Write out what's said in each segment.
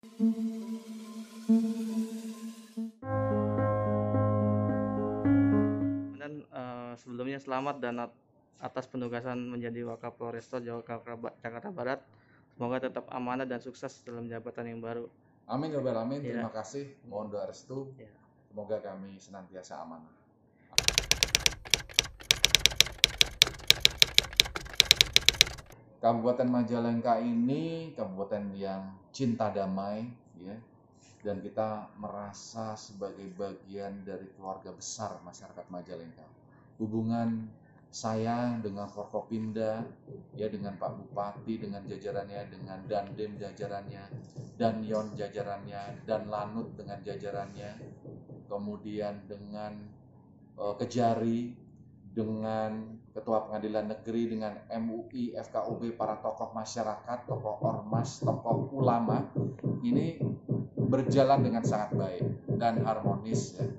Dan sebelumnya selamat dan atas penugasan menjadi Wakapolresta Jakarta Barat. Semoga tetap amanah dan sukses dalam jabatan yang baru. Amin ya Rabbal Alamin. Ya. Terima kasih. Mohon doa restu. Ya. Semoga kami senantiasa amanah. Kabupaten Majalengka ini kabupaten yang cinta damai, ya, dan kita merasa sebagai bagian dari keluarga besar masyarakat Majalengka. Hubungan saya dengan Forkopimda, ya, dengan Pak Bupati, dengan jajarannya, dengan Dandim jajarannya, Danyon jajarannya, dan Lanut dengan jajarannya, kemudian dengan Kejari, dengan Ketua Pengadilan Negeri, dengan MUI, FKUB, para tokoh masyarakat, tokoh ormas, tokoh ulama, ini berjalan dengan sangat baik dan harmonis, ya.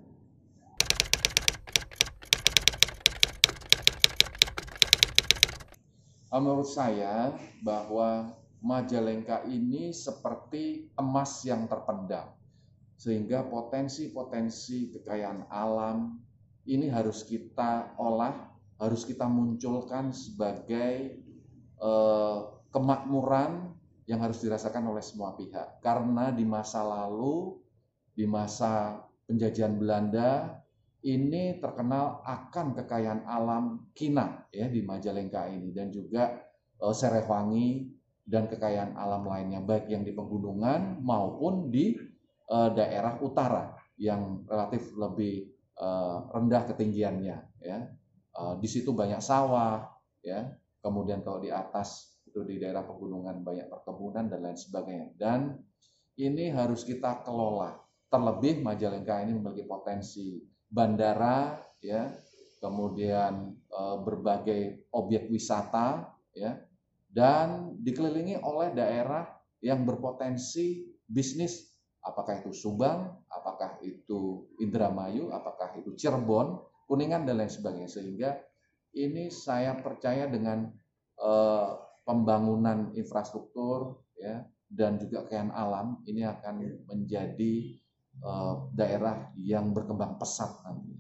Menurut saya bahwa Majalengka ini seperti emas yang terpendam, sehingga potensi-potensi kekayaan alam ini harus kita olah, harus kita munculkan sebagai kemakmuran yang harus dirasakan oleh semua pihak. Karena di masa lalu, di masa penjajahan Belanda, ini terkenal akan kekayaan alam kina, ya, di Majalengka ini, dan juga Serewangi dan kekayaan alam lainnya, baik yang di pegunungan maupun di daerah utara yang relatif lebih rendah ketinggiannya, ya. Di situ banyak sawah, ya. Kemudian kalau di atas itu di daerah pegunungan banyak perkebunan dan lain sebagainya. Dan ini harus kita kelola. Terlebih Majalengka ini memiliki potensi bandara, ya, kemudian berbagai objek wisata, ya, dan dikelilingi oleh daerah yang berpotensi bisnis, apakah itu Subang, apakah itu Indramayu, apakah itu Cirebon, Kuningan, dan lain sebagainya. Sehingga ini saya percaya dengan pembangunan infrastruktur, ya, dan juga kekayaan alam ini akan menjadi daerah yang berkembang pesat nanti.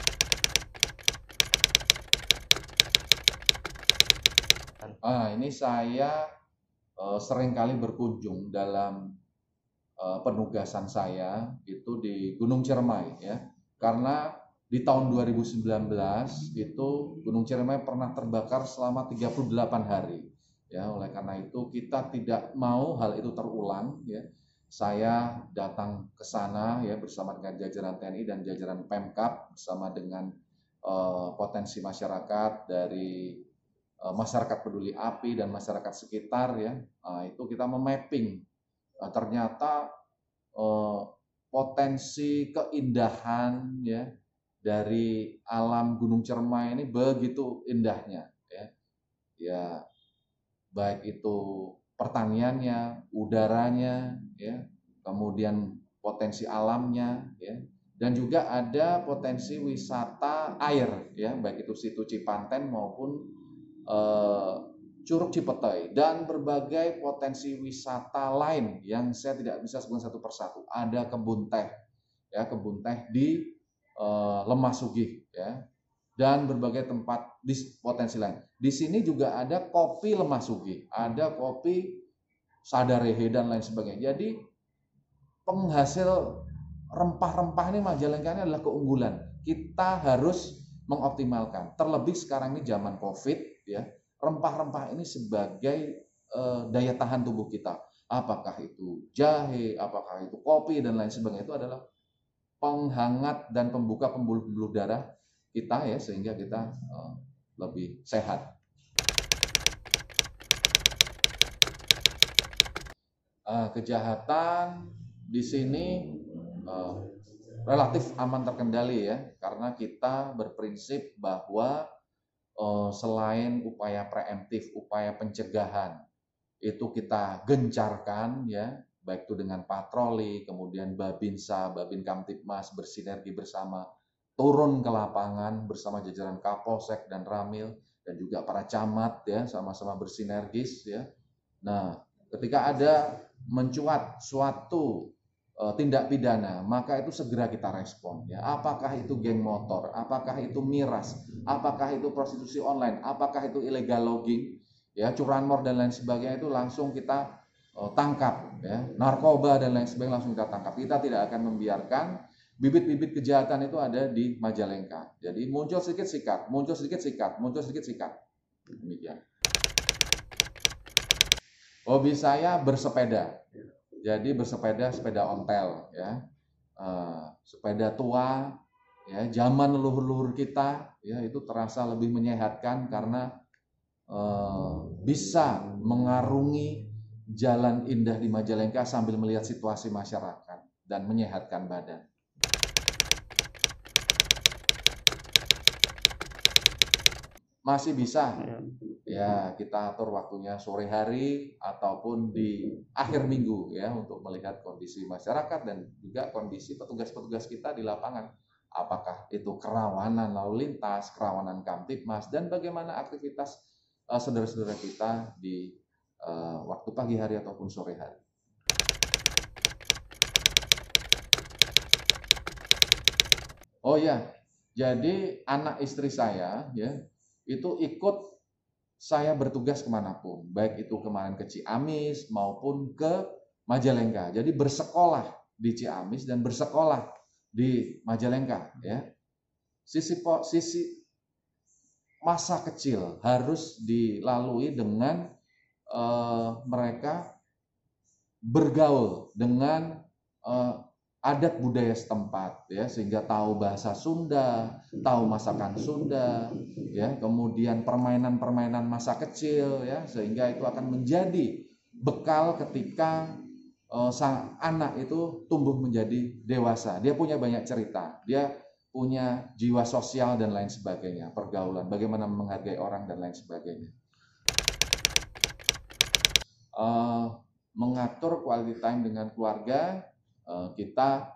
Ini saya seringkali berkunjung dalam penugasan saya itu di Gunung Ciremai, ya. Karena di tahun 2019 itu Gunung Ciremai pernah terbakar selama 38 hari. Ya, oleh karena itu kita tidak mau hal itu terulang, ya. Saya datang ke sana, ya, bersama dengan jajaran TNI dan jajaran Pemkab, bersama dengan potensi masyarakat dari masyarakat peduli api dan masyarakat sekitar, ya. Itu kita memapping. Ternyata potensi keindahan, ya, dari alam Gunung Ciremai ini begitu indahnya, ya. Ya, baik itu pertaniannya, udaranya, ya, kemudian potensi alamnya, ya, dan juga ada potensi wisata air, ya, baik itu situ Cipanten maupun Curug Cipetei, dan berbagai potensi wisata lain yang saya tidak bisa sebutkan satu persatu. Ada kebun teh, ya, kebun teh di Lemah Sugih, ya, dan berbagai tempat di potensi lain. Di sini juga ada kopi Lemah Sugih, ada kopi Sadarehe dan lain sebagainya. Jadi penghasil rempah-rempah ini Majalengka ini adalah keunggulan. Kita harus mengoptimalkan. Terlebih sekarang ini zaman Covid, ya, rempah-rempah ini sebagai daya tahan tubuh kita. Apakah itu jahe, apakah itu kopi dan lain sebagainya, itu adalah penghangat dan pembuka pembuluh darah kita, ya, sehingga kita lebih sehat. Kejahatan di sini relatif aman terkendali, ya, karena kita berprinsip bahwa selain upaya preemptif, upaya pencegahan itu kita gencarkan, ya, baik itu dengan patroli, kemudian Babinsa, Babin Kamtipmas bersinergi bersama turun ke lapangan bersama jajaran Kapolsek dan Ramil dan juga para camat, ya, sama-sama bersinergis, ya. Nah, ketika ada mencuat suatu tindak pidana, maka itu segera kita respon ya. Apakah itu geng motor, apakah itu miras, apakah itu prostitusi online, apakah itu illegal logging, ya, curanmor dan lain sebagainya, itu langsung kita tangkap ya. Narkoba dan lain sebagainya langsung kita tangkap. Kita tidak akan membiarkan bibit-bibit kejahatan itu ada di Majalengka. Jadi muncul sedikit sikat, muncul sedikit sikat, muncul sedikit sikat. Demikian. Hobi saya bersepeda. Jadi bersepeda, sepeda ontel ya, sepeda tua ya, zaman leluhur-leluhur kita ya, itu terasa lebih menyehatkan karena bisa mengarungi jalan indah di Majalengka sambil melihat situasi masyarakat dan menyehatkan badan. Masih bisa ya, kita atur waktunya sore hari ataupun di akhir minggu ya, untuk melihat kondisi masyarakat dan juga kondisi petugas-petugas kita di lapangan. Apakah itu kerawanan lalu lintas, kerawanan Kamtibmas, dan bagaimana aktivitas saudara-saudara kita di waktu pagi hari ataupun sore hari. Oh ya, jadi anak istri saya ya, itu ikut saya bertugas kemanapun, baik itu kemarin ke Ciamis maupun ke Majalengka. Jadi bersekolah di Ciamis dan bersekolah di Majalengka ya. Sisi masa kecil harus dilalui dengan mereka bergaul dengan adat budaya setempat ya, sehingga tahu bahasa Sunda, tahu masakan Sunda ya, kemudian permainan-permainan masa kecil ya, sehingga itu akan menjadi bekal ketika sang anak itu tumbuh menjadi dewasa. Dia punya banyak cerita, dia punya jiwa sosial dan lain sebagainya, pergaulan, bagaimana menghargai orang dan lain sebagainya. Mengatur quality time dengan keluarga, kita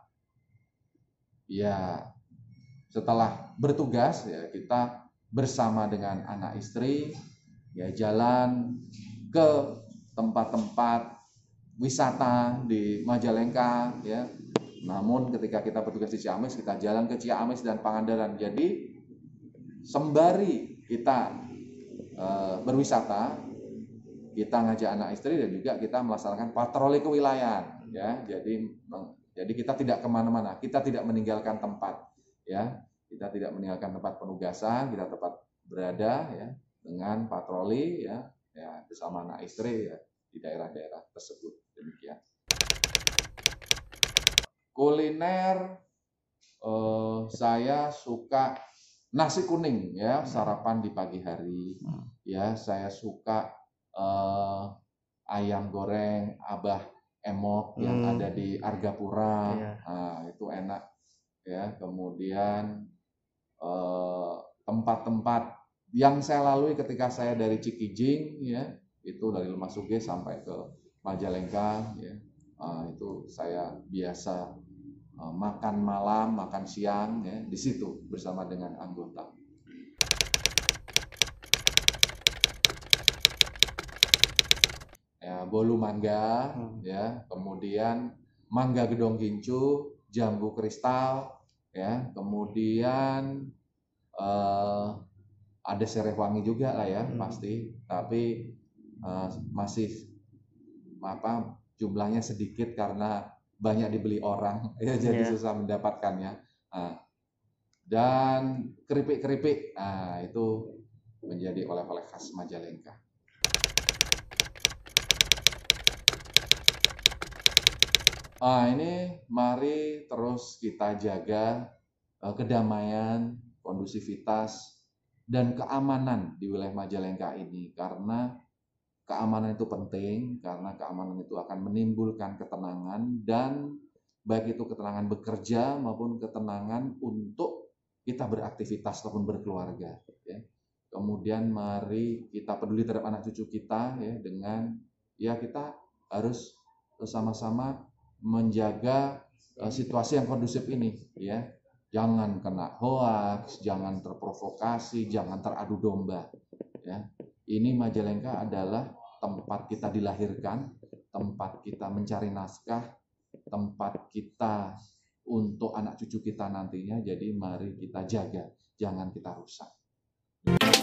ya setelah bertugas ya, kita bersama dengan anak istri ya jalan ke tempat-tempat wisata di Majalengka ya. Namun ketika kita bertugas di Ciamis, kita jalan ke Ciamis dan Pangandaran. Jadi sembari kita berwisata, kita ngajak anak istri dan juga kita melaksanakan patroli kewilayahan ya. Jadi kita tidak kemana-mana, kita tidak meninggalkan tempat ya, kita tidak meninggalkan tempat penugasan, kita tetap berada ya dengan patroli ya bersama anak istri ya di daerah-daerah tersebut. Demikian. Kuliner, saya suka nasi kuning ya, sarapan di pagi hari ya. Saya suka ayam goreng Abah Emok yang ada di Argapura, nah, itu enak ya. Kemudian tempat-tempat yang saya lalui ketika saya dari Cikijing ya, itu dari Lemasuge sampai ke Majalengka ya, itu saya biasa makan malam, makan siang ya di situ bersama dengan anggota. Ya, bolu mangga ya, kemudian mangga gedong gincu, jambu kristal ya, kemudian ada sereh wangi juga lah ya pasti, tapi masih jumlahnya sedikit karena banyak dibeli orang ya, jadi susah mendapatkannya. Dan keripik-keripik, itu menjadi oleh-oleh khas Majalengka. Ini mari terus kita jaga kedamaian, kondusivitas, dan keamanan di wilayah Majalengka ini, karena keamanan itu penting, karena keamanan itu akan menimbulkan ketenangan, dan baik itu ketenangan bekerja maupun ketenangan untuk kita beraktivitas ataupun berkeluarga ya. Kemudian mari kita peduli terhadap anak cucu kita ya, dengan ya kita harus bersama-sama menjaga situasi yang kondusif ini ya. Jangan kena hoaks, jangan terprovokasi, jangan teradu domba ya. Ini Majalengka adalah tempat kita dilahirkan, tempat kita mencari nafkah, tempat kita untuk anak cucu kita nantinya. Jadi mari kita jaga, jangan kita rusak.